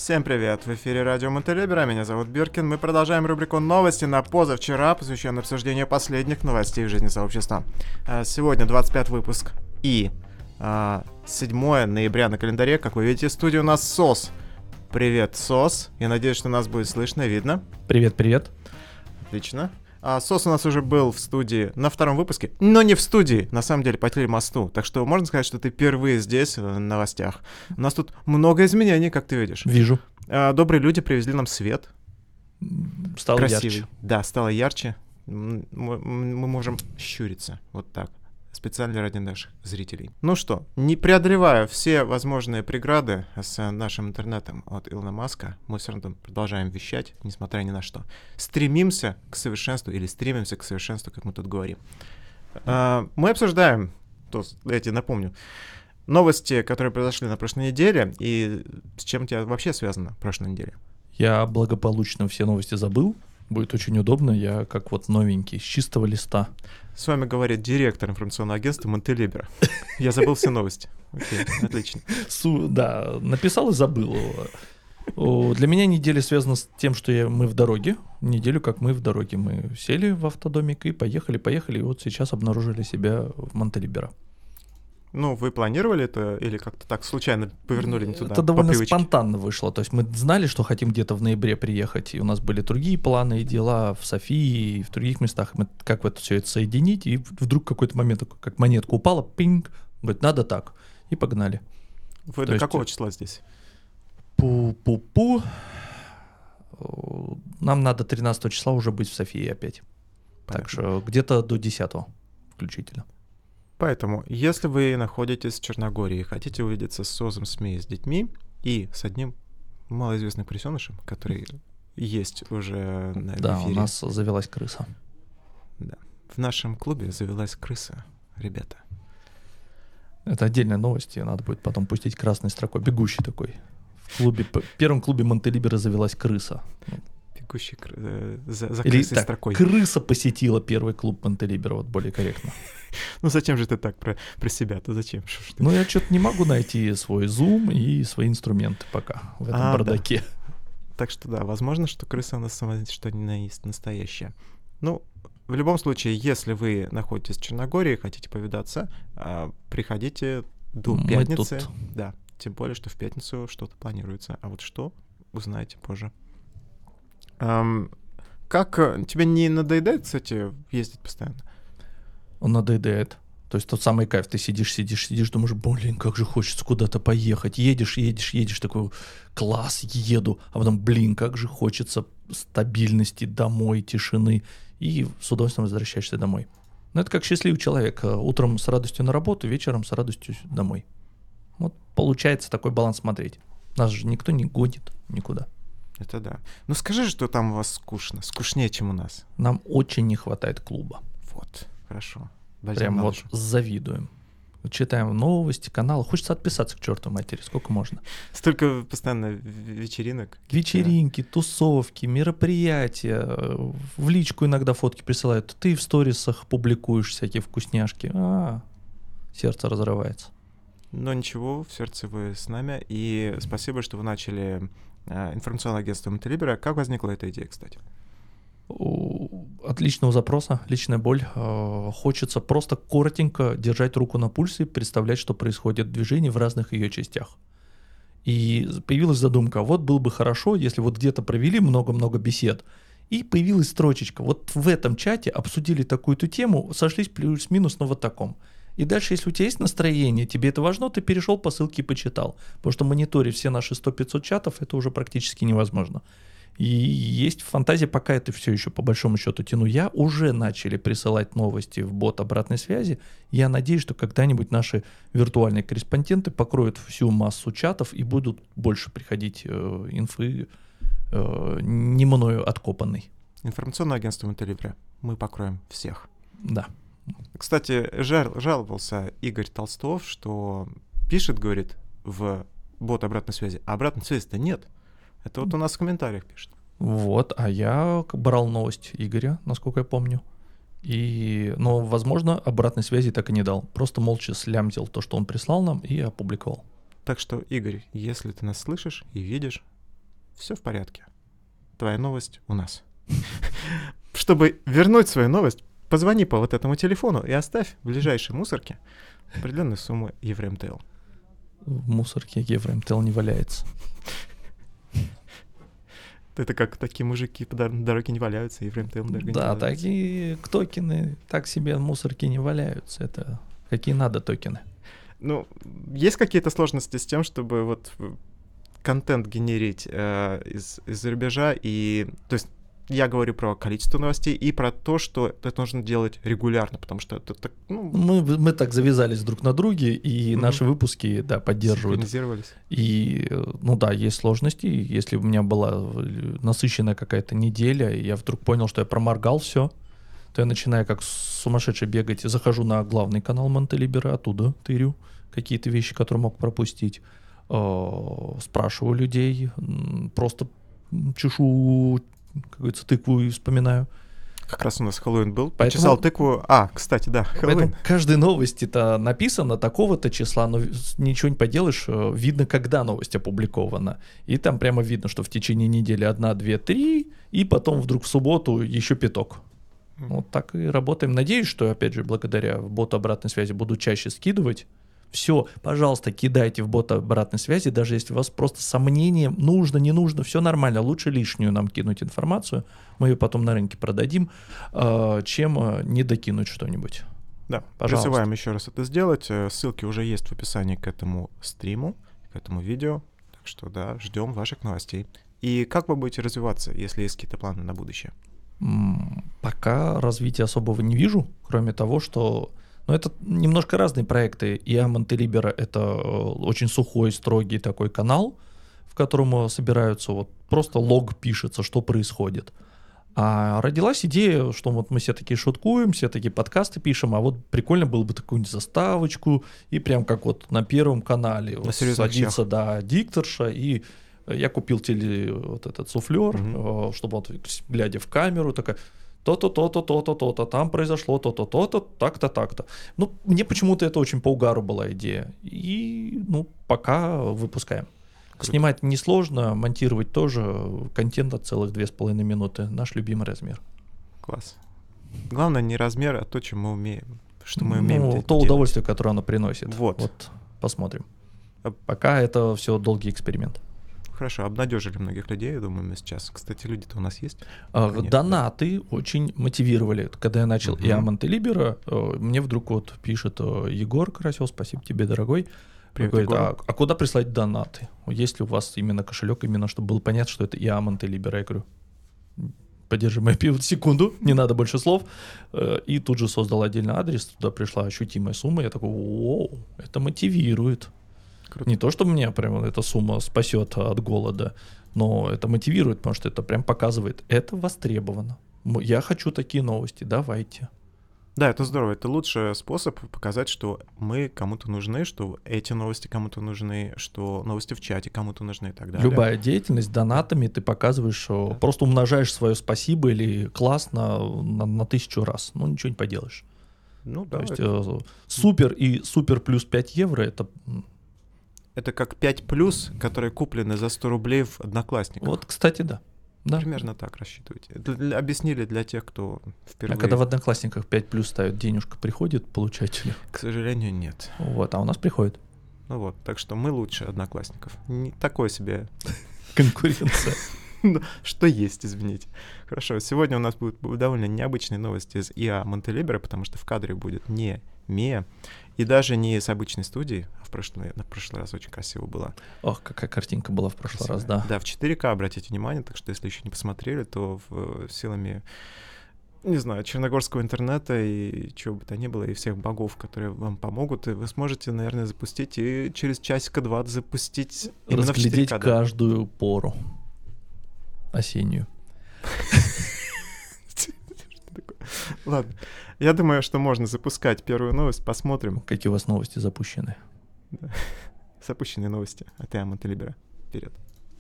Всем привет! В эфире радио Монтелибера, меня зовут Биркин. Мы продолжаем рубрику «Новости» на позавчера, посвященную обсуждению последних новостей в жизни сообщества. Сегодня 25 выпуск и 7 ноября на календаре. Как вы видите, в студии у нас СОС. Привет, СОС. Я надеюсь, что нас будет слышно и видно. Привет-привет. Отлично. СОС у нас уже был в студии на втором выпуске, но не в студии, на самом деле, по телемосту. Так что можно сказать, что ты впервые здесь, в новостях. У нас тут много изменений, как ты видишь. Вижу. Добрые люди привезли нам свет. Стало красивый. ярче. Да, стало ярче. Мы можем щуриться вот так. Специально ради наших зрителей. Ну что, не преодолевая все возможные преграды с нашим интернетом от Илона Маска, мы все равно продолжаем вещать, несмотря ни на что. Стремимся к совершенству, как мы тут говорим. Мы обсуждаем, напомню, новости, которые произошли на прошлой неделе, и с чем у тебя вообще связано прошлая неделя? Я благополучно все новости забыл. Будет очень удобно, я как вот новенький, с чистого листа. С вами говорит директор информационного агентства Монтелибера. Я забыл все новости. Окей, отлично. Да, написал и забыл его. Для меня неделя связана с тем, что мы в дороге. Неделю как мы в дороге. Мы сели в автодомик и поехали. И вот сейчас обнаружили себя в Монтелибера. Ну, вы планировали это или как-то так случайно повернули не туда? Это довольно спонтанно вышло. То есть мы знали, что хотим где-то в ноябре приехать, и у нас были другие планы и дела в Софии и в других местах. Мы как вот все это соединить, и вдруг какой-то момент, как монетка упала, пинг, говорит, надо так, и погнали. Вы до какого числа здесь? Пу-пу-пу. Нам надо 13 числа уже быть в Софии опять. Понятно. Так что где-то до 10 включительно. Поэтому, если вы находитесь в Черногории и хотите увидеться с СОЗом, СМИ, с детьми и с одним малоизвестным крысенышем, который есть уже на эфире. Да, у нас завелась крыса. Да, в нашем клубе завелась крыса, ребята. Это отдельная новость, ее надо будет потом пустить красной строкой. Бегущий такой. В первом клубе Монтелибера завелась крыса. Бегущий за крысой строкой. Крыса посетила первый клуб Монтелибера, вот более корректно. Ну зачем же ты так про себя-то? Зачем? Ну я что-то не могу найти свой зум и свои инструменты пока в этом бардаке. Да. Так что да, возможно, что крыса у нас сама что ни на есть настоящая. Ну, в любом случае, если вы находитесь в Черногории и хотите повидаться, приходите до пятницы. Мы тут. Да, тем более, что в пятницу что-то планируется. А вот что, узнаете позже. Как тебе не надоедает, кстати, ездить постоянно? Он надоедает. То есть тот самый кайф, ты сидишь, думаешь, блин, как же хочется куда-то поехать. Едешь, такой, класс, еду. А потом, блин, как же хочется стабильности домой, тишины. И с удовольствием возвращаешься домой. Ну, это как счастливый человек. Утром с радостью на работу, вечером с радостью домой. Вот получается такой баланс смотреть. Нас же никто не гонит никуда. Это да. Ну скажи, что там у вас скучно. Скучнее, чем у нас. Нам очень не хватает клуба. Вот, хорошо. Прям вот завидуем. Читаем новости, каналы. Хочется отписаться к чертовой матери. Сколько можно? Столько постоянно вечеринок. Вечеринки, тусовки, мероприятия. В личку иногда фотки присылают. Ты в сторисах публикуешь всякие вкусняшки. Сердце разрывается. Но ничего, в сердце вы с нами. И спасибо, что вы начали информационное агентство Монтелибера. Как возникла эта идея, кстати? От личного запроса, личная боль. Хочется просто коротенько держать руку на пульсе, представлять, что происходит в движении в разных ее частях. И появилась задумка, вот было бы хорошо, если вот где-то провели много-много бесед, и появилась строчечка, вот в этом чате обсудили такую-то тему, сошлись плюс-минус на вот таком. И дальше, если у тебя есть настроение, тебе это важно, ты перешел по ссылке и почитал. Потому что мониторить все наши 100-500 чатов, это уже практически невозможно. И есть фантазия, пока это все еще по большому счету тяну я, уже начали присылать новости в бот обратной связи. Я надеюсь, что когда-нибудь наши виртуальные корреспонденты покроют всю массу чатов и будут больше приходить инфы не мною откопанной. Информационное агентство Монтелибера. Мы покроем всех. Да. Кстати, жаловался Игорь Толстов, что пишет, говорит, в бот обратной связи, а обратной связи-то нет. Это вот у нас в комментариях пишет. Вот, а я брал новость Игоря, насколько я помню. Но, возможно, обратной связи так и не дал. Просто молча слямзил то, что он прислал нам, и опубликовал. Так что, Игорь, если ты нас слышишь и видишь, все в порядке. Твоя новость у нас. Чтобы вернуть свою новость, позвони по вот этому телефону и оставь в ближайшей мусорке определенную сумму ЕвроМТЛ. В мусорке ЕвроМТЛ не валяется. Это как такие мужики по дороге не валяются, ЕвроМТЛ на дороге не Да, валяются. такие токены так себе в мусорке не валяются. Это какие надо токены. Ну, есть какие-то сложности с тем, чтобы вот контент генерить из-за рубежа, и, то есть, я говорю про количество новостей и про то, что это нужно делать регулярно, потому что это так, ну... Мы так завязались друг на друге, и наши выпуски, да, поддерживают. Синхронизировались. И, ну да, есть сложности. Если у меня была насыщенная какая-то неделя, и я вдруг понял, что я проморгал все, то я начинаю как сумасшедший бегать, захожу на главный канал Монтелибера, оттуда тырю какие-то вещи, которые мог пропустить, спрашиваю людей, просто чешу, как говорится, тыкву и вспоминаю. Как раз у нас Хэллоуин был. Поэтому... Почесал тыкву. Кстати, да, Хэллоуин. Поэтому каждой новости-то написано такого-то числа, но ничего не поделаешь, видно, когда новость опубликована. И там прямо видно, что в течение недели 1, 2, 3, и потом вдруг в субботу еще 5. Вот так и работаем. Надеюсь, что, опять же, благодаря боту обратной связи буду чаще скидывать. Все, пожалуйста, кидайте в бот обратной связи, даже если у вас просто сомнения, нужно, не нужно, все нормально. Лучше лишнюю нам кинуть информацию, мы ее потом на рынке продадим, чем не докинуть что-нибудь. Да, пожалуйста. Призываем еще раз это сделать. Ссылки уже есть в описании к этому стриму, к этому видео. Так что да, ждем ваших новостей. И как вы будете развиваться, если есть какие-то планы на будущее? Пока развития особого не вижу, кроме того, что... Но это немножко разные проекты. ИА Монтелибера — это очень сухой, строгий такой канал, в котором собираются, вот просто лог пишется, что происходит. А родилась идея, что вот мы все такие шуткуем, все такие подкасты пишем, а вот прикольно было бы такую заставочку, и прям как вот на Первом канале вот садится, да, дикторша, и я купил вот этот суфлер, чтобы вот, глядя в камеру, такая... То-то, то-то, то-то, то-то, там произошло то-то, то-то, так-то, так-то. Ну, мне почему-то это очень по угару была идея. И, ну, пока выпускаем. Круто. Снимать несложно, монтировать тоже. Контента целых 2,5 минуты. Наш любимый размер. Класс. Главное не размер, а то, чем мы умеем. Что мы умеем то делать. Удовольствие, которое оно приносит. Вот посмотрим. Пока это все долгий эксперимент. Хорошо, обнадежили многих людей, я думаю, мы сейчас. Кстати, люди-то у нас есть? Донаты очень мотивировали. Когда я начал ИА Монтелибера, мне вдруг вот пишет Егор Карасев, спасибо тебе, дорогой. Привет, говорит, а куда прислать донаты? Есть ли у вас именно кошелек, именно чтобы было понятно, что это ИА Монтелибера? Я говорю, подержи мою секунду, не надо больше слов. И тут же создал отдельный адрес, туда пришла ощутимая сумма. Я такой, воу, это мотивирует. Круто. Не то, что меня прям эта сумма спасет от голода, но это мотивирует, потому что это прям показывает, это востребовано. Я хочу такие новости, давайте. Да, это здорово. Это лучший способ показать, что мы кому-то нужны, что эти новости кому-то нужны, что новости в чате кому-то нужны и так далее. Любая деятельность донатами ты показываешь, что просто умножаешь свое спасибо или класс на 1000 раз. Ну, ничего не поделаешь. Ну да. То есть супер и супер плюс 5 евро это... Это как 5+, которые куплены за 100 рублей в Одноклассниках. Вот, кстати, да. Примерно так рассчитывайте. Объяснили для тех, кто впервые... А когда в Одноклассниках 5+ ставят, денежка приходит получателю? К сожалению, нет. Вот, а у нас приходит. Ну вот, так что мы лучше Одноклассников. Не такой себе... Конкуренция. Что есть, извините. Хорошо, сегодня у нас будут довольно необычные новости из ИА Монтелибера, потому что в кадре будет не Мия, и даже не с обычной студии. На прошлый раз очень красиво было. Ох, какая картинка была в прошлый раз, да. Да, в 4К, обратите внимание, так что если еще не посмотрели, то силами, не знаю, черногорского интернета и чего бы то ни было, и всех богов, которые вам помогут, и вы сможете, наверное, запустить и через часика-два запустить именно разглядеть в 4К, каждую пору осеннюю. Ладно, я думаю, что можно запускать первую новость, посмотрим. Какие у вас новости запущены? Да. Запущенные новости от ИА Монтелибера. Вперед.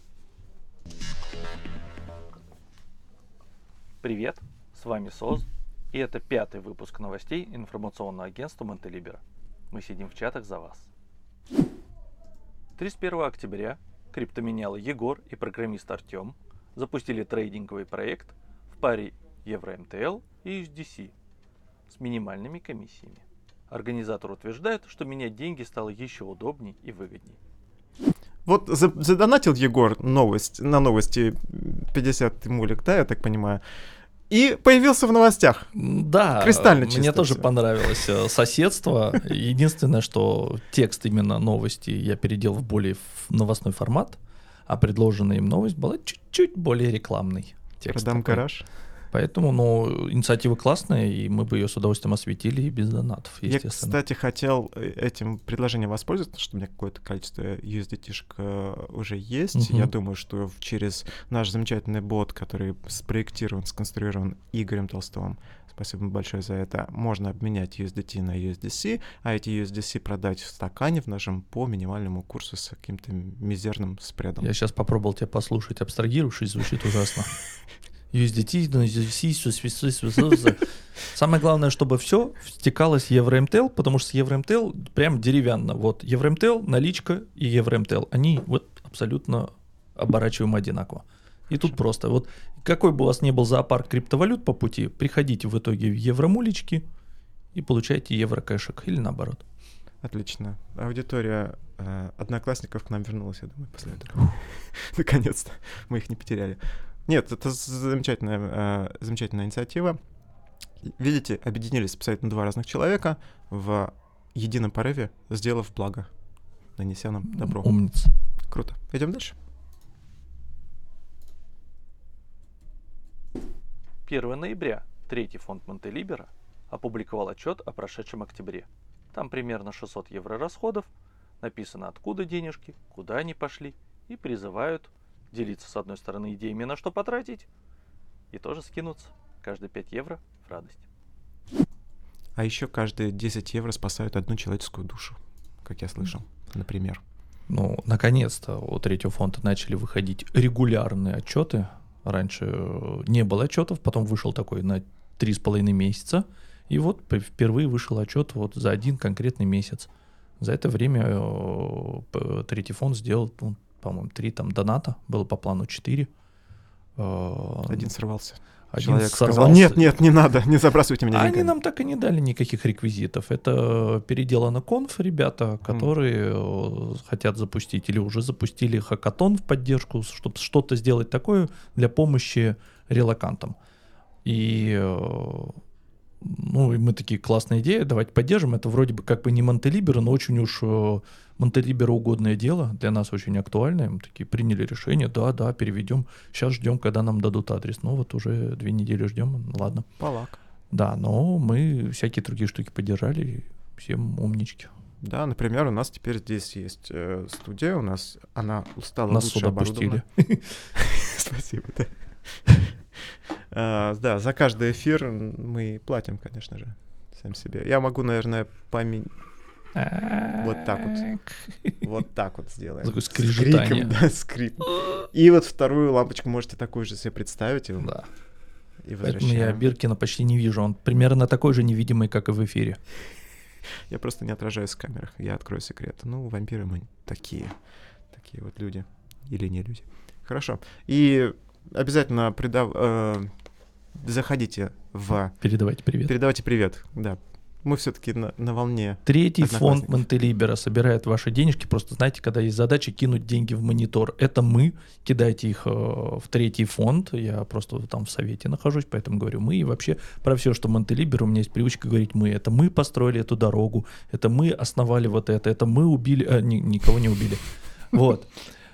Привет, с вами СОЗ, и это 5-й выпуск новостей информационного агентства Монтелибера. Мы сидим в чатах за вас. 31 октября криптоменялы Егор и программист Артем запустили трейдинговый проект в паре EuroMTL и USDC с минимальными комиссиями. Организатор утверждает, что менять деньги стало еще удобнее и выгоднее. Вот задонатил Егор на новости 50 мулик, да, я так понимаю, и появился в новостях. Да, Кристально чисто мне тоже всё. понравилось соседство. Единственное, что текст именно новости я переделал в более новостной формат, а предложенная им новость была чуть-чуть более рекламной. Текст Продам такой. гараж. Поэтому, инициатива классная, и мы бы ее с удовольствием осветили и без донатов, Я, естественно. кстати, хотел этим предложением воспользоваться, потому что у меня какое-то количество USDT-шек уже есть. Мгм. Я думаю, что через наш замечательный бот, который спроектирован, сконструирован Игорем Толстовым, спасибо большое за это, можно обменять USDT на USDC, а эти USDC продать в стакане в нашем по минимальному курсу с каким-то мизерным спредом. Я сейчас попробовал тебя послушать, абстрагировавшись, звучит ужасно. USDT, USDC. Самое главное, чтобы все стекалось в EuroMTL, потому что с EuroMTL прям деревянно. Вот EuroMTL, наличка и EuroMTL, они вот абсолютно оборачиваем одинаково. И тут просто вот какой бы у вас ни был зоопарк криптовалют по пути, приходите в итоге в евромулечки и получайте еврокэшек или наоборот. Отлично. Аудитория одноклассников к нам вернулась, я думаю, после этого. Наконец-то. Мы их не потеряли. Нет, это замечательная инициатива. Видите, объединились абсолютно два разных человека в едином порыве, сделав благо, нанеся нам добро. Умница. Круто. Идем дальше. 1 ноября третий фонд Монтелибера опубликовал отчет о прошедшем октябре. Там примерно 600 евро расходов, написано откуда денежки, куда они пошли, и призывают делиться с одной стороны идеями, на что потратить, и тоже скинуться каждые 5 евро в радость. А еще каждые 10 евро спасают одну человеческую душу, как я слышал, например. Ну, наконец-то у третьего фонда начали выходить регулярные отчеты. Раньше не было отчетов, потом вышел такой на 3,5 месяца. И вот впервые вышел отчет вот за один конкретный месяц. За это время третий фонд сделал, по-моему, 3 там доната, было по плану 4. Один сорвался. Один Человек сказал: сорвался. нет, не надо, не забрасывайте меня Они деньгами. нам так и не дали никаких реквизитов. Это переделано конф, ребята, которые хотят запустить или уже запустили хакатон в поддержку, чтобы что-то сделать такое для помощи релокантам. И и мы такие, классная идея, давайте поддержим. Это вроде бы как бы не Монтелибера, но очень уж Монтелиберу угодное дело, для нас очень актуальное. Мы такие приняли решение, да, переведем. Сейчас ждем, когда нам дадут адрес. Ну вот уже 2 недели ждем, ладно. Полак. Да, но мы всякие другие штуки поддержали, всем умнички. Да, например, у нас теперь здесь есть студия, она стала Нас лучше сюда оборудована. пустили. Спасибо, да. Да, за каждый эфир мы платим, конечно же, сам себе. Я могу, наверное, вот так вот. Вот так вот сделаем. Такое С скрежетание. криком, да, скрип. И вот вторую лампочку можете такую же себе представить. И Да. и Поэтому я возвращаем. Биркина почти не вижу. Он примерно такой же невидимый, как и в эфире. Я просто не отражаюсь в камерах. Я открою секрет. Ну, вампиры мы такие вот люди. Или не люди. Хорошо. И обязательно заходите Передавайте привет. Передавайте привет, да. Мы все-таки на волне. Третий фонд Одноклассников. Монтелибера собирает ваши денежки. Просто знаете, когда есть задача кинуть деньги в монитор, это мы. Кидайте их в третий фонд. Я просто там в совете нахожусь, поэтому говорю мы. И вообще про все, что Монтелибер, у меня есть привычка говорить мы. Это мы построили эту дорогу, это мы основали вот это мы убили... никого не убили. Вот.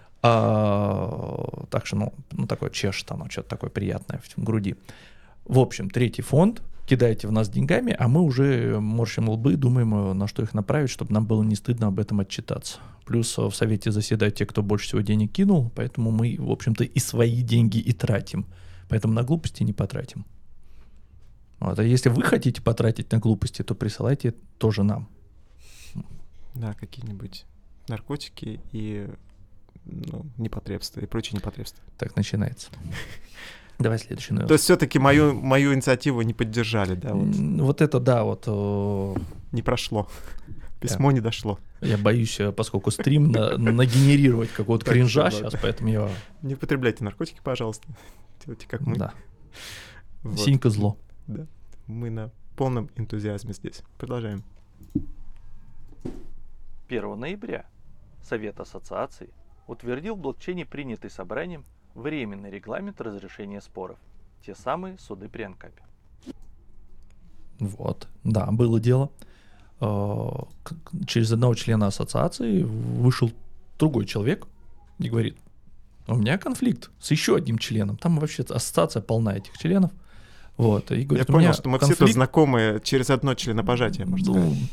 Так что, такое чешет, оно что-то такое приятное в груди. В общем, третий фонд. Кидайте в нас деньгами, а мы уже морщим лбы, думаем, на что их направить, чтобы нам было не стыдно об этом отчитаться. Плюс в совете заседают те, кто больше всего денег кинул, поэтому мы, в общем-то, и свои деньги и тратим. Поэтому на глупости не потратим. Вот. А если вы хотите потратить на глупости, то присылайте тоже нам. Да, какие-нибудь наркотики и непотребства, и прочие непотребства. Так начинается. Давай следующий новость. То есть все-таки мою инициативу не поддержали, да? Вот это да, вот. Не прошло. Письмо не дошло. Я боюсь, поскольку стрим, нагенерировать какого-то Так кринжа что, сейчас, да. поэтому я... Не употребляйте наркотики, пожалуйста. Делайте как мы. Да, Вот. синька зло. Да. Мы на полном энтузиазме здесь. Продолжаем. 1 ноября Совет Ассоциаций утвердил в блокчейне принятый собранием временный регламент разрешения споров. Те самые суды при Анкапе. Вот, да, было дело. Через одного члена ассоциации вышел другой человек и говорит: у меня конфликт с еще одним членом. Там вообще ассоциация полна этих членов. Вот, и говорит, Я у меня понял, что мы все тут конфликт. знакомы через одно членопожатие, можно Ну, сказать.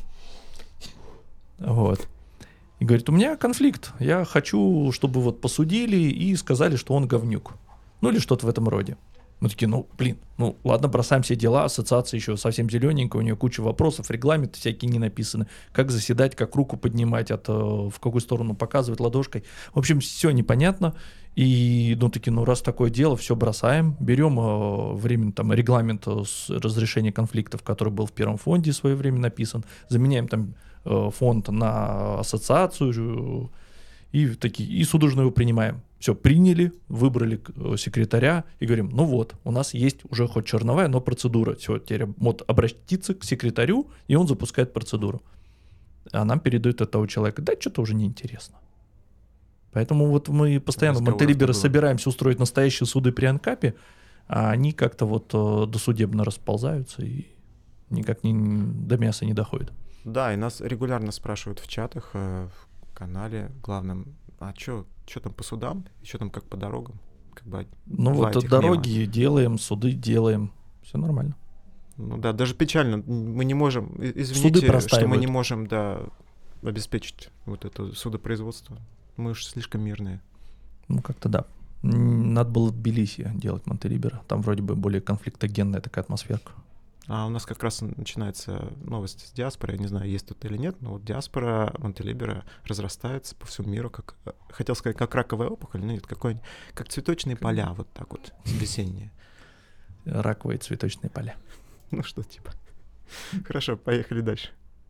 вот. И говорит, у меня конфликт. Я хочу, чтобы вот посудили и сказали, что он говнюк. Ну или что-то в этом роде. Мы такие, ну ладно, бросаем все дела. Ассоциация еще совсем зелененькая, у нее куча вопросов, регламенты всякие не написаны. Как заседать, как руку поднимать, в какую сторону показывать ладошкой. В общем, все непонятно. И раз такое дело, все бросаем, берем временно там регламент с разрешения конфликтов, который был в первом фонде в свое время написан, заменяем там фонд на ассоциацию и судорожно его принимаем. Все, приняли, выбрали секретаря и говорим, ну вот, у нас есть уже хоть черновая, но процедура. Все, теперь вот обратиться к секретарю, и он запускает процедуру. А нам передают от того человека, да, что-то уже неинтересно. Поэтому вот мы постоянно в Монтелибере собираемся устроить настоящие суды при Анкапе, а они как-то вот досудебно расползаются и никак до мяса не доходят. Да, и нас регулярно спрашивают в чатах, в канале главном, а что там по судам, и что там как по дорогам? Как бы ну вот дороги делаем, суды делаем, все нормально. Ну да, даже печально, мы не можем, извините, что мы не можем, обеспечить вот это судопроизводство. Мы уж слишком мирные. Ну как-то да. Надо было в Тбилиси делать Монтелибер, там вроде бы более конфликтогенная такая атмосферка. А у нас как раз начинается новость с диаспоры, я не знаю, есть тут или нет, но вот диаспора Монтелибера разрастается по всему миру, как, хотел сказать, как раковая опухоль, но нет, как цветочные поля, вот так вот, весенние. Раковые цветочные поля. Ну что, типа. Хорошо, поехали дальше.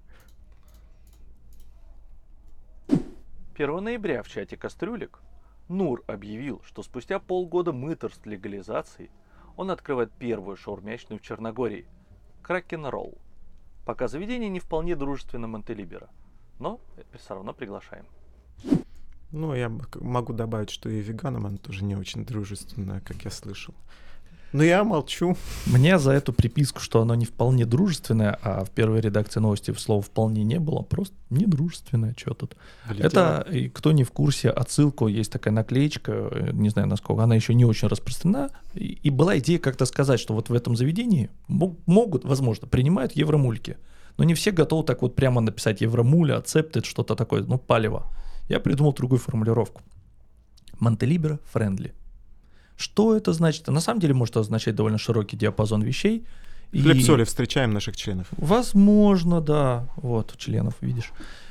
1 ноября в чате Кастрюлек Нур объявил, что спустя полгода мытарств легализации он открывает первую шаурмячную в Черногории – Кракен Ролл. Пока заведение не вполне дружественно Монтелибера, но все равно приглашаем. Ну, я могу добавить, что и веганам она тоже не очень дружественная, как я слышал. Но я молчу. Мне за эту приписку, что оно не вполне дружественное, а в первой редакции новости слова «вполне» не было, просто недружественное, что тут. Влетело. Это, и кто не в курсе, отсылку, есть такая наклеечка, не знаю насколько, она еще не очень распространена, и была идея как-то сказать, что вот в этом заведении могут, возможно, принимают евромульки, но не все готовы так вот прямо написать евромуля, accepted, что-то такое, палево. Я придумал другую формулировку. Монтелибер friendly. Что это значит? На самом деле может означать довольно широкий диапазон вещей. Хлеб-соли, встречаем наших членов. Возможно, да. Вот, членов, видишь.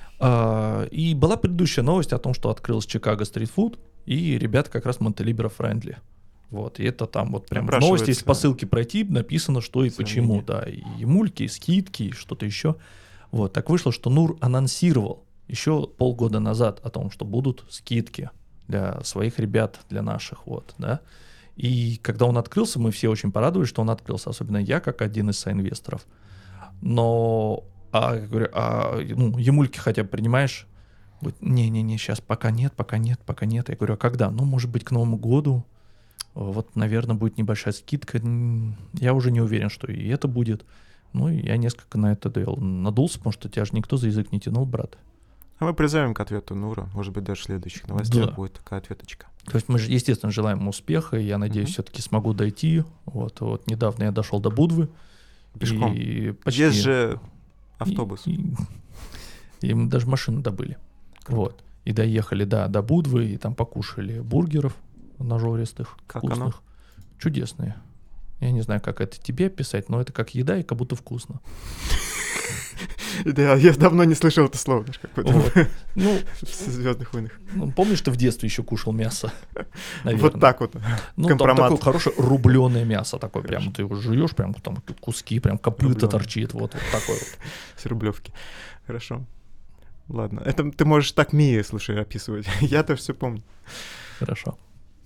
И была предыдущая новость о том, что открылась Чикаго стритфуд, и ребята как раз Монтелибера френдли. Вот, и это там вот прям в новости, если по ссылке пройти, написано, что и почему. Да, и мульки, и скидки, и что-то еще. Вот, так вышло, что Нур анонсировал еще полгода назад о том, что будут скидки для своих ребят, для наших, вот, да. И когда он открылся, мы все очень порадовались, что он открылся, особенно я, как один из соинвесторов. Но, я говорю, емульки хотя бы принимаешь? Говорит, не, сейчас пока нет. Я говорю, а когда? Ну, может быть, к Новому году. Вот, наверное, будет небольшая скидка. Я уже не уверен, что и это будет. Ну, и я несколько на это надулся, потому что тебя же никто за язык не тянул, брат. А мы призовем к ответу Нура. Может быть, даже в следующих новостях будет такая ответочка. То есть мы же, естественно, желаем ему успеха, и я надеюсь, все-таки смогу дойти. Вот недавно я дошел до Будвы. Пешком. Почти... Есть же автобус. И мы даже машину добыли. Круто. Вот. И доехали, до Будвы, и там покушали бургеров нажористых, как вкусных. Оно? Чудесные. Я не знаю, как это тебе описать, но это как еда и как будто вкусно. Да, я давно не слышал это слово. Ну, в «Звездных войнах». Помнишь, ты в детстве еще кушал мясо? Вот так вот. Ну, там такое хорошее рубленое мясо такое, прям ты его жуешь, прям там куски, прям копыта торчит, вот такое вот. С Рублевки. Хорошо. Ладно, это ты можешь так Мии, слушай, описывать. Я-то все помню. Хорошо,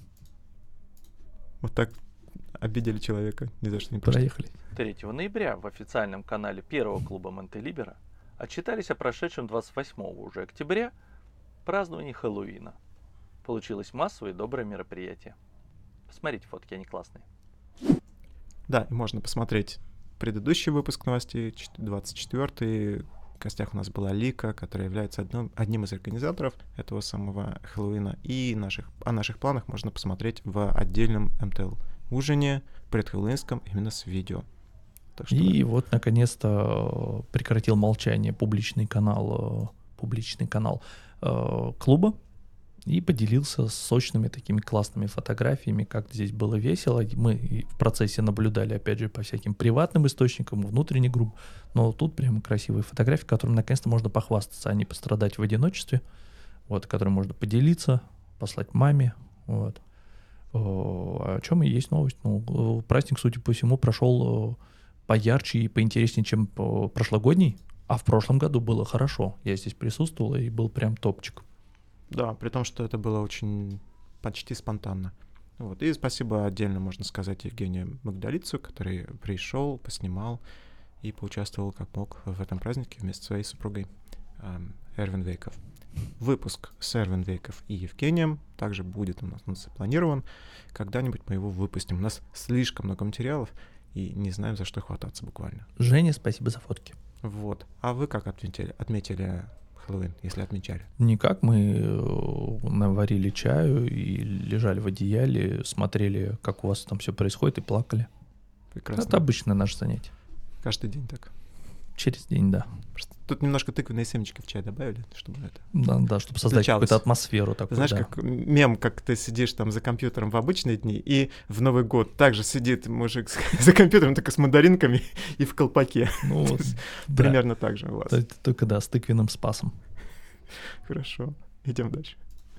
Вот так обидели человека, ни за что не пришли. проехали. 3 ноября в официальном канале первого клуба Монтелибера отчитались о прошедшем 28 уже октября праздновании Хэллоуина. Получилось массовое и доброе мероприятие. Посмотрите фотки, они классные. Да, и можно посмотреть предыдущий выпуск новостей, 24-й. В гостях у нас была Лика, которая является одним из организаторов этого самого Хэллоуина. И о наших планах можно посмотреть в отдельном МТЛ-ужине предхэллоуинском именно с видео. Так что... И вот, наконец-то, прекратил молчание публичный канал клуба и поделился сочными такими классными фотографиями, как здесь было весело. Мы и в процессе наблюдали, опять же, по всяким приватным источникам, внутренних групп, но тут прямо красивые фотографии, которыми наконец-то можно похвастаться, а не пострадать в одиночестве, вот, которым можно поделиться, послать маме, вот. О чем и есть новость. Ну, праздник, судя по всему, прошел поярче и поинтереснее, чем прошлогодний, а в прошлом году было хорошо. Я здесь присутствовал, и был прям топчик. Да, при том, что это было очень почти спонтанно. Вот. И спасибо отдельно, можно сказать, Евгению Магдалицу, который пришел, поснимал и поучаствовал как мог в этом празднике вместе со своей супругой Эрвин Вейков. Выпуск с Эрвин Вейков и Евгением также будет у нас запланирован. Когда-нибудь мы его выпустим. У нас слишком много материалов, и не знаем, за что хвататься буквально. Женя, спасибо за фотки. Вот. А вы как отметили Хэллоуин, если отмечали? Никак, мы наварили чаю и лежали в одеяле, смотрели, как у вас там все происходит, и плакали. Прекрасно. Это обычное наше занятие. Каждый день так. Через день, да. Просто тут немножко тыквенные семечки в чай добавили, чтобы это... Да, чтобы создать Встречалось. какую-то атмосферу такую. Знаешь, да. как мем, как ты сидишь там за компьютером в обычные дни, и в Новый год также сидит мужик за компьютером только с мандаринками и в колпаке. Ну, То есть да. примерно так же у вас. Это только, да, с тыквенным спасом. Хорошо, идем дальше.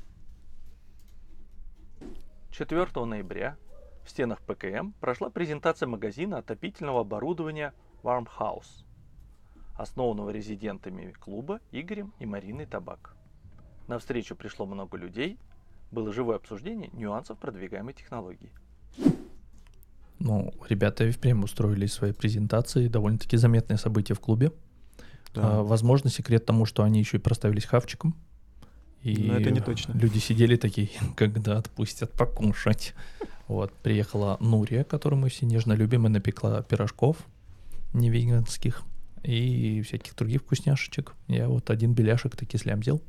4 ноября в стенах ПКМ прошла презентация магазина отопительного оборудования Warm House, основанного резидентами клуба Игорем и Мариной Табак. На встречу пришло много людей, было живое обсуждение нюансов продвигаемой технологии. Ну, ребята и впрямь устроили свои презентации, довольно-таки заметное событие в клубе. Да. Возможно, секрет тому, что они еще и проставились хавчиком. И Но это не точно. Люди сидели такие, когда отпустят покушать. Вот, приехала Нурия, которую мы все нежно любим, и напекла пирожков невеганских и всяких других вкусняшечек. Я вот один беляшек таки слямзил.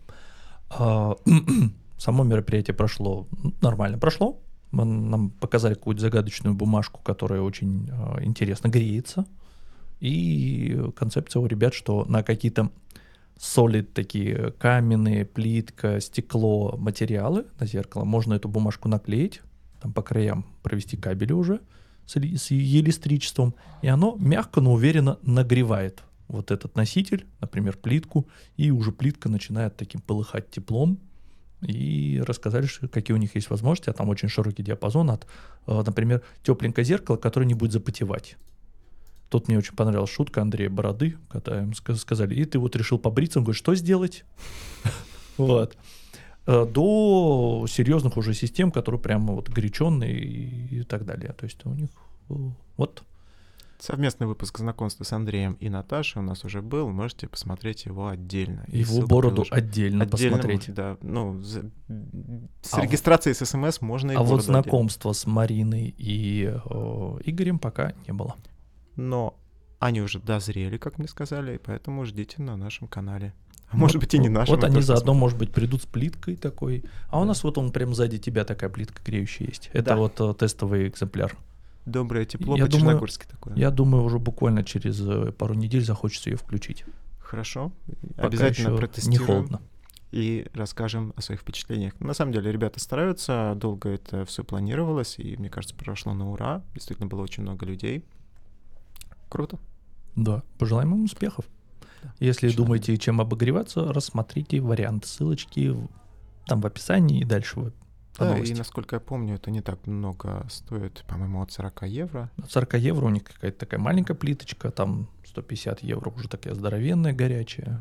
Само мероприятие прошло нормально. Прошло. Нам показали какую-то загадочную бумажку, которая очень интересно греется. И концепция у ребят, что на какие-то солид такие каменные, плитка, стекло, материалы на зеркало можно эту бумажку наклеить, там по краям провести кабели уже с электричеством, и оно мягко, но уверенно нагревает вот этот носитель, например, плитку, и уже плитка начинает таким полыхать теплом. И рассказали, какие у них есть возможности, а там очень широкий диапазон от, например, тепленькое зеркало, которое не будет запотевать. Тут мне очень понравилась шутка Андрея Бороды, когда им сказали, и ты вот решил побриться, он говорит, что сделать? Вот. До серьезных уже систем, которые прямо вот горяченные и так далее. То есть у них вот. Совместный выпуск знакомства с Андреем и Наташей у нас уже был. Можете посмотреть его отдельно. Его бороду отдельно посмотреть. Да, ну, с регистрацией с СМС можно и бороду. А вот знакомства с Мариной и Игорем пока не было. Но они уже дозрели, как мне сказали, и поэтому ждите на нашем канале. А может быть и не нашем. Вот они заодно, может быть, придут с плиткой такой. А у нас вот он прям сзади тебя такая плитка греющая есть. Это вот тестовый экземпляр. Доброе тепло по-черногорски такое. Я думаю, уже буквально через пару недель захочется ее включить. Хорошо. Пока обязательно протестируем. Не холодно. И расскажем о своих впечатлениях. На самом деле, ребята стараются, долго это все планировалось, и, мне кажется, прошло на ура. Действительно, было очень много людей. Круто. Да, пожелаем им успехов. Да. Если думаете, чем обогреваться, рассмотрите вариант ссылочки там в описании и дальше да, и насколько я помню, это не так много стоит, по-моему, от 40 евро. От 40 евро у них какая-то такая маленькая плиточка, там 150 евро уже такая здоровенная, горячая.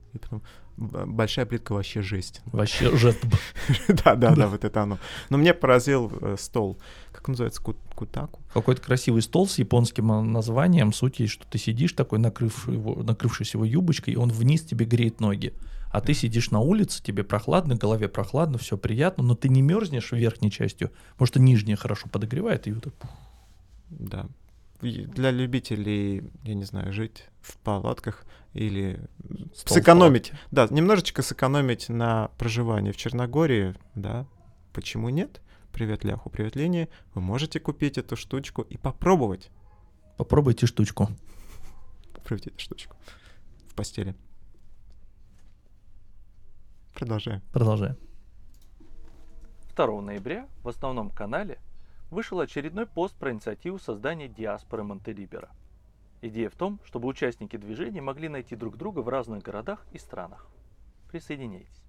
И потом большая плитка вообще жесть. Вообще жест. Да, вот это оно. Но меня поразил стол. Как он называется? Кутаку? Какой-то красивый стол с японским названием. Суть есть, что ты сидишь такой, накрывшись его юбочкой, и он вниз тебе греет ноги. А ты сидишь на улице, тебе прохладно, голове прохладно, все приятно, но ты не мерзнешь верхней частью, потому что нижняя хорошо подогревает, и вот так. Да. Для любителей, я не знаю, жить в палатках или сэкономить. Да, немножечко сэкономить на проживании в Черногории, да, почему нет? Привет, Ляху, привет, Лене. Вы можете купить эту штучку и попробовать. Попробуйте штучку. Попробуйте эту штучку в постели. Продолжаем. 2 ноября в основном канале вышел очередной пост про инициативу создания диаспоры Монтелибера. Идея в том, чтобы участники движения могли найти друг друга в разных городах и странах. Присоединяйтесь.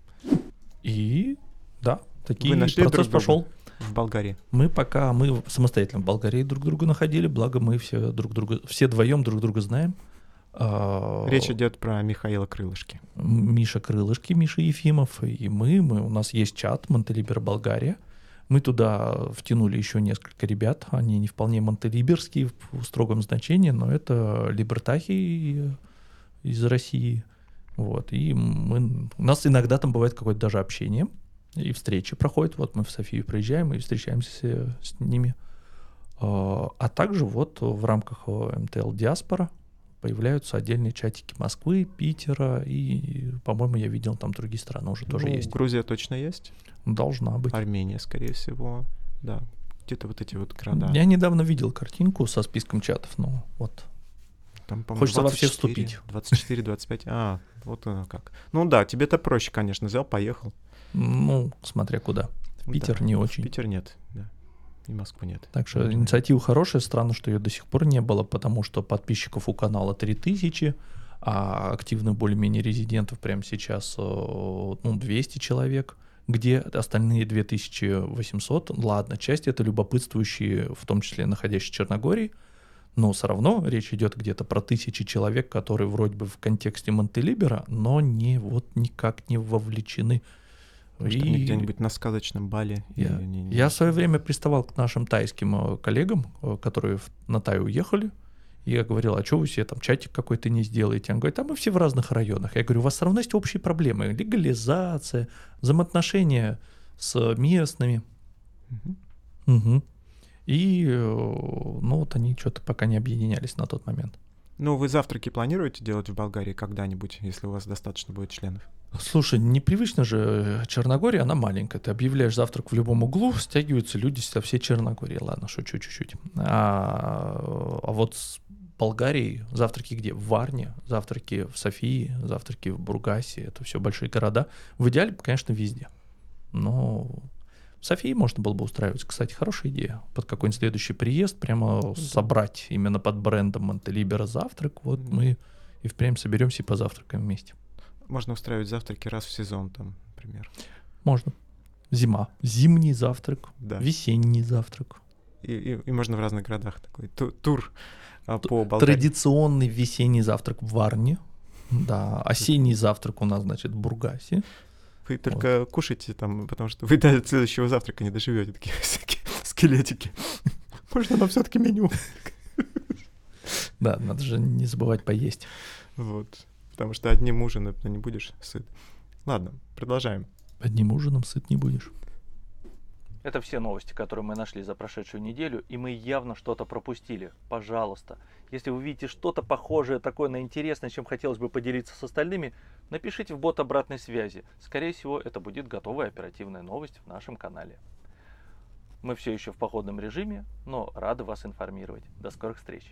И да, Вы нашли процесс друг друга пошел. В Болгарии. Мы самостоятельно в Болгарии друг друга находили, благо мы все вдвоем друг друга знаем. Речь идет про Михаила Крылышки. Миша Крылышки, Миша Ефимов и у нас есть чат Монтелибер Болгария. Мы туда втянули еще несколько ребят. Они не вполне монтелиберские в строгом значении, но это либертахи из России. Вот. И у нас иногда там бывает какое-то даже общение. И встречи проходят. Вот мы в Софию приезжаем и встречаемся с ними. А также вот в рамках МТЛ Диаспора появляются отдельные чатики Москвы, Питера. И, по-моему, я видел, там другие страны уже тоже есть. Грузия точно есть. Должна быть. Армения, скорее всего. Да, где-то вот эти вот города. Я недавно видел картинку со списком чатов, но вот. Там, хочется 24, во все вступить. 24, 25. Вот оно как. Ну да, тебе-то проще, конечно. Взял, поехал. Ну, смотря куда. Питер да, не очень. Питер нет, да. И Москву нет. Так что инициатива хорошая. Странно, что ее до сих пор не было, потому что подписчиков у канала 3000, а активных более-менее резидентов прямо сейчас 200 человек. Где остальные 2800? Ладно, часть это любопытствующие, в том числе находящиеся в Черногории, но все равно речь идет где-то про 1000 человек, которые вроде бы в контексте Монтелибера, но никак не вовлечены. Может, они где-нибудь на сказочном Бали? Я в свое время приставал к нашим тайским коллегам, которые на Тай уехали. И я говорил, а что вы себе там чатик какой-то не сделаете? Он говорит, а мы все в разных районах. Я говорю, у вас все равно есть общие проблемы. Легализация, взаимоотношения с местными. Угу. И вот они что-то пока не объединялись на тот момент. Ну, вы завтраки планируете делать в Болгарии когда-нибудь, если у вас достаточно будет членов? Слушай, непривычно же, Черногория, она маленькая. Ты объявляешь завтрак в любом углу, стягиваются люди со всей Черногории. Ладно, шучу чуть-чуть. А вот с Болгарией завтраки где? В Варне, завтраки в Софии, завтраки в Бургасе. Это все большие города. В идеале, конечно, везде. Но в Софии можно было бы устраивать. Кстати, хорошая идея. Под какой-нибудь следующий приезд прямо собрать именно под брендом Монтелибера завтрак. Вот мы и впрямь соберемся и позавтракаем вместе. Можно устраивать завтраки раз в сезон, там, например. Можно. Зима. Зимний завтрак. Да. Весенний завтрак. И можно в разных городах такой тур по Болгарии. Традиционный весенний завтрак в Варне. Да. Осенний завтрак у нас, значит, в Бургасе. Вы только кушайте там, потому что вы до следующего завтрака не доживете, такие всякие скелетики. Можно нам все-таки меню? Да, надо же не забывать поесть. Вот. Потому что одним ужином не будешь сыт. Ладно, продолжаем. Одним ужином сыт не будешь. Это все новости, которые мы нашли за прошедшую неделю, и мы явно что-то пропустили. Пожалуйста, если вы видите что-то похожее такое на интересное, чем хотелось бы поделиться с остальными, напишите в бот обратной связи. Скорее всего, это будет готовая оперативная новость в нашем канале. Мы все еще в походном режиме, но рады вас информировать. До скорых встреч.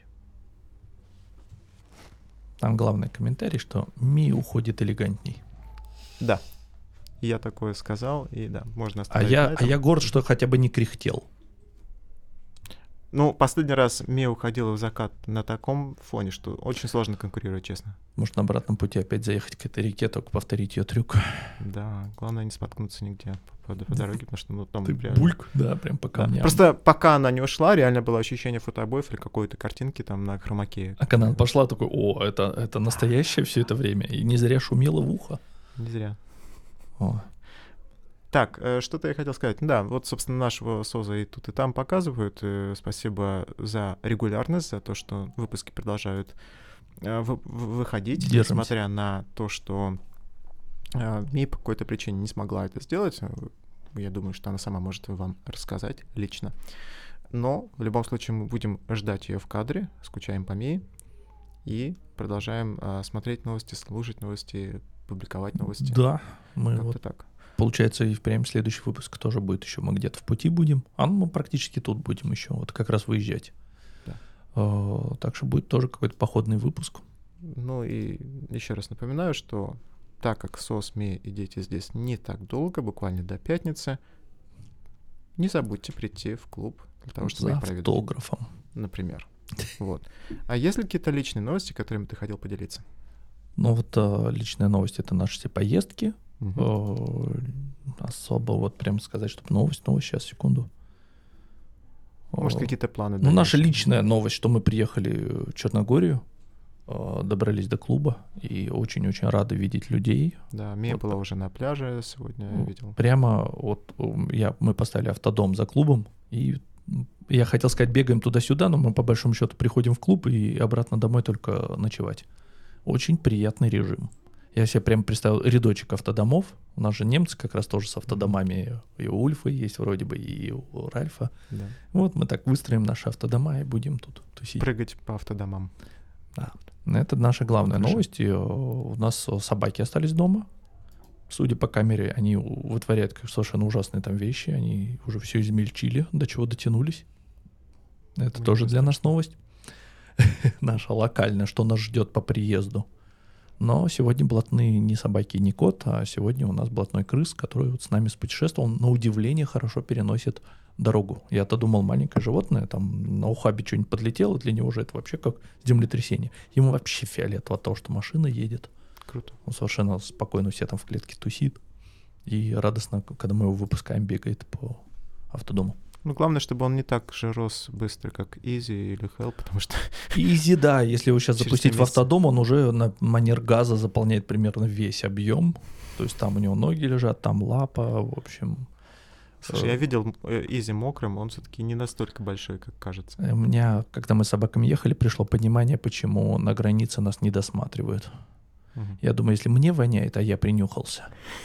Там главный комментарий, что Ми уходит элегантней. Да. Я такое сказал, и да, можно А оставить на этом. я горд, что хотя бы не кряхтел. Ну, последний раз Мия уходила в закат на таком фоне, что очень сложно конкурировать, честно. Может, на обратном пути опять заехать к этой реке, только повторить ее трюк. Да, главное не споткнуться нигде по дороге, потому что, ну, там Ты реально... бульк, да, прям по Да. камням. Просто пока она не ушла, реально было ощущение фотобоев или какой-то картинки там на хромаке. А когда она пошла, такой, о, это настоящее все это время, и не зря шумело в ухо. Не зря. О. Так, что-то я хотел сказать. Да, вот, собственно, нашего СОЗа и тут, и там показывают. Спасибо за регулярность, за то, что выпуски продолжают выходить, Держимся. несмотря на то, что Мия по какой-то причине не смогла это сделать. Я думаю, что она сама может вам рассказать лично. Но в любом случае мы будем ждать ее в кадре, скучаем по Мии и продолжаем смотреть новости, слушать новости, публиковать новости. Да, мы Как-то вот, так. получается, и впрямь следующий выпуск тоже будет еще, мы где-то в пути будем, а мы практически тут будем еще, вот как раз выезжать. Да. Так что будет тоже какой-то походный выпуск. Ну и еще раз напоминаю, что так как СОС, Мия и дети здесь не так долго, буквально до пятницы, не забудьте прийти в клуб для того, чтобы За их проведать, автографом. например. Вот. А есть ли какие-то личные новости, которыми ты хотел поделиться? Ну вот личная новость — это наши все поездки. Особо вот прям сказать, чтобы новость, сейчас, секунду. Может, какие-то планы? Ну, наша дальнейшие? личная новость, что мы приехали в Черногорию, добрались до клуба и очень-очень рады видеть людей. Да, Мия Вот. была уже на пляже сегодня, я видел. Прямо вот мы поставили автодом за клубом, и я хотел сказать, бегаем туда-сюда, но мы по большому счету приходим в клуб и обратно домой только ночевать. Очень приятный режим. Я себе прям представил рядочек автодомов. У нас же немцы как раз тоже с автодомами. И у Ульфа есть вроде бы, и у Ральфа. Да. Вот мы так выстроим наши автодома и будем тут тусить. Прыгать по автодомам. Да. Это наша главная Хорошо. новость. И, у нас собаки остались дома. Судя по камере, они вытворяют совершенно ужасные там вещи. Они уже все измельчили, до чего дотянулись. Это Мне тоже для страшно. нас новость. Наша локальная, что нас ждет по приезду. Но сегодня блатные не собаки, не кот, а сегодня у нас блатной крыс, который вот с нами спутешествовал. На удивление хорошо переносит дорогу. Я-то думал, маленькое животное, там на ухабе что-нибудь подлетело, для него же это вообще как землетрясение. Ему вообще фиолетово от того, что машина едет. Круто. Он совершенно спокойно у себя там в клетке тусит. И радостно, когда мы его выпускаем, бегает по автодому. Ну, главное, чтобы он не так же рос быстро, как Easy или Help, потому что... Изи, да, если его сейчас Через запустить 7 в автодом, он уже на манер газа заполняет примерно весь объем. То есть там у него ноги лежат, там лапа, в общем. Слушай, я видел Easy мокрым, он все-таки не настолько большой, как кажется. У меня, когда мы с собаками ехали, пришло понимание, почему на границе нас не досматривают. Мгм. Я думаю, если мне воняет, а я принюхался,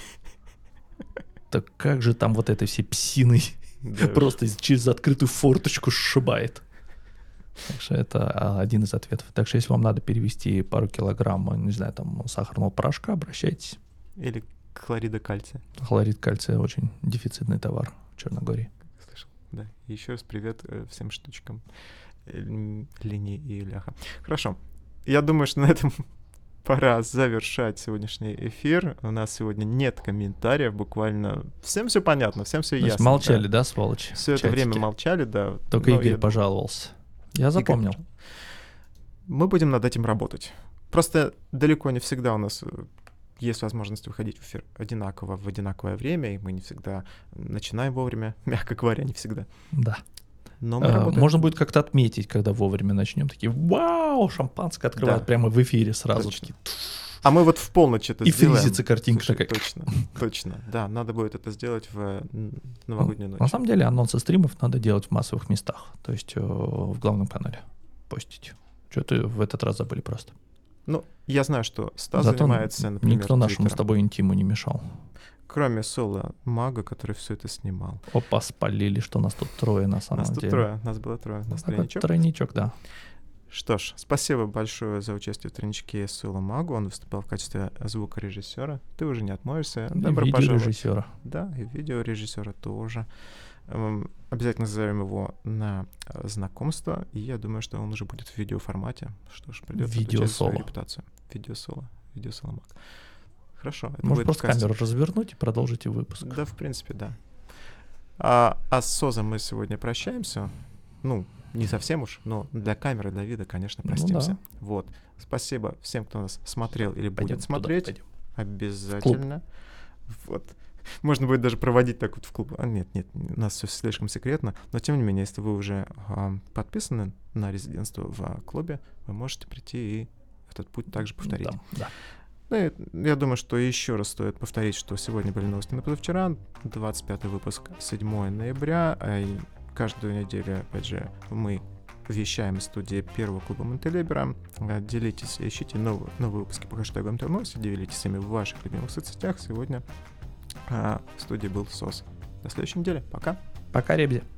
так как же там вот этой всей псиной Да. просто через открытую форточку сшибает. Так что это один из ответов. Так что если вам надо перевести пару килограмм, не знаю, там сахарного порошка, обращайтесь. Или хлорида кальция. Хлорид кальция очень дефицитный товар в Черногории. Слышал. Да. И еще раз привет всем штучкам. Лини и Ляха. Хорошо. Я думаю, что на этом пора завершать сегодняшний эфир. У нас сегодня нет комментариев, буквально всем все понятно, всем все То есть ясно. молчали, да, сволочи? Все это Чатики. время молчали, да. Только но Игорь я думаю, пожаловался. Я запомнил. Мы будем над этим работать. Просто далеко не всегда у нас есть возможность выходить в эфир одинаково в одинаковое время, и мы не всегда начинаем вовремя, мягко говоря, не всегда. Да. Но мы работаем. Можно будет как-то отметить, когда вовремя начнем. Такие, вау, шампанское открывают Да. прямо в эфире сразу. Точно. Такие, А мы вот в полночь это и сделаем. фризится картинка Слушай, такая. точно. Да, надо будет это сделать в новогоднюю ночь. На самом деле анонсы стримов надо делать в массовых местах. То есть в главном канале постить. Что-то в этот раз забыли просто. Ну, я знаю, что Стас Зато занимается, например, никто нашему с Твиттером. тобой интиму не мешал. Кроме Соло Мага, который все это снимал. Опа, спалили, что нас тут трое на самом Нас тут деле. трое, нас было трое. Вот Нас такой тройничок. тройничок, да. Что ж, спасибо большое за участие в тройничке Соло Магу. Он выступал в качестве звукорежиссера. Ты уже не отмоешься. И Добро пожаловать. видеорежиссера. Да, и видеорежиссера тоже. Обязательно зовем его на знакомство, и я думаю, что он уже будет в видеоформате. Что ж, придется отвечать за свою Видеосоло. репутацию. Видеосоло Маг. Хорошо, это Может будет просто кастинг. камеру развернуть и продолжите выпуск. Да, в принципе, да. А с Созом мы сегодня прощаемся. Ну, не совсем уж, но для камеры, для вида, конечно, Ну простимся. да. Вот. Спасибо всем, кто нас смотрел или Пойдем будет туда, смотреть. пойдем. Обязательно. Вот. Можно будет даже проводить так вот в клуб. Нет, у нас все слишком секретно. Но тем не менее, если вы уже подписаны на резидентство в клубе, вы можете прийти и этот путь также повторить. Да. Ну, и я думаю, что еще раз стоит повторить, что сегодня были новости на позавчера, 25 выпуск, 7 ноября. И каждую неделю, опять же, мы вещаем из студии первого клуба Монтелибера. Делитесь, ищите новые выпуски по хэштегу МТНОС, делитесь ими в ваших любимых соцсетях. Сегодня в студии был СОС. До следующей недели. Пока. Пока, ребята.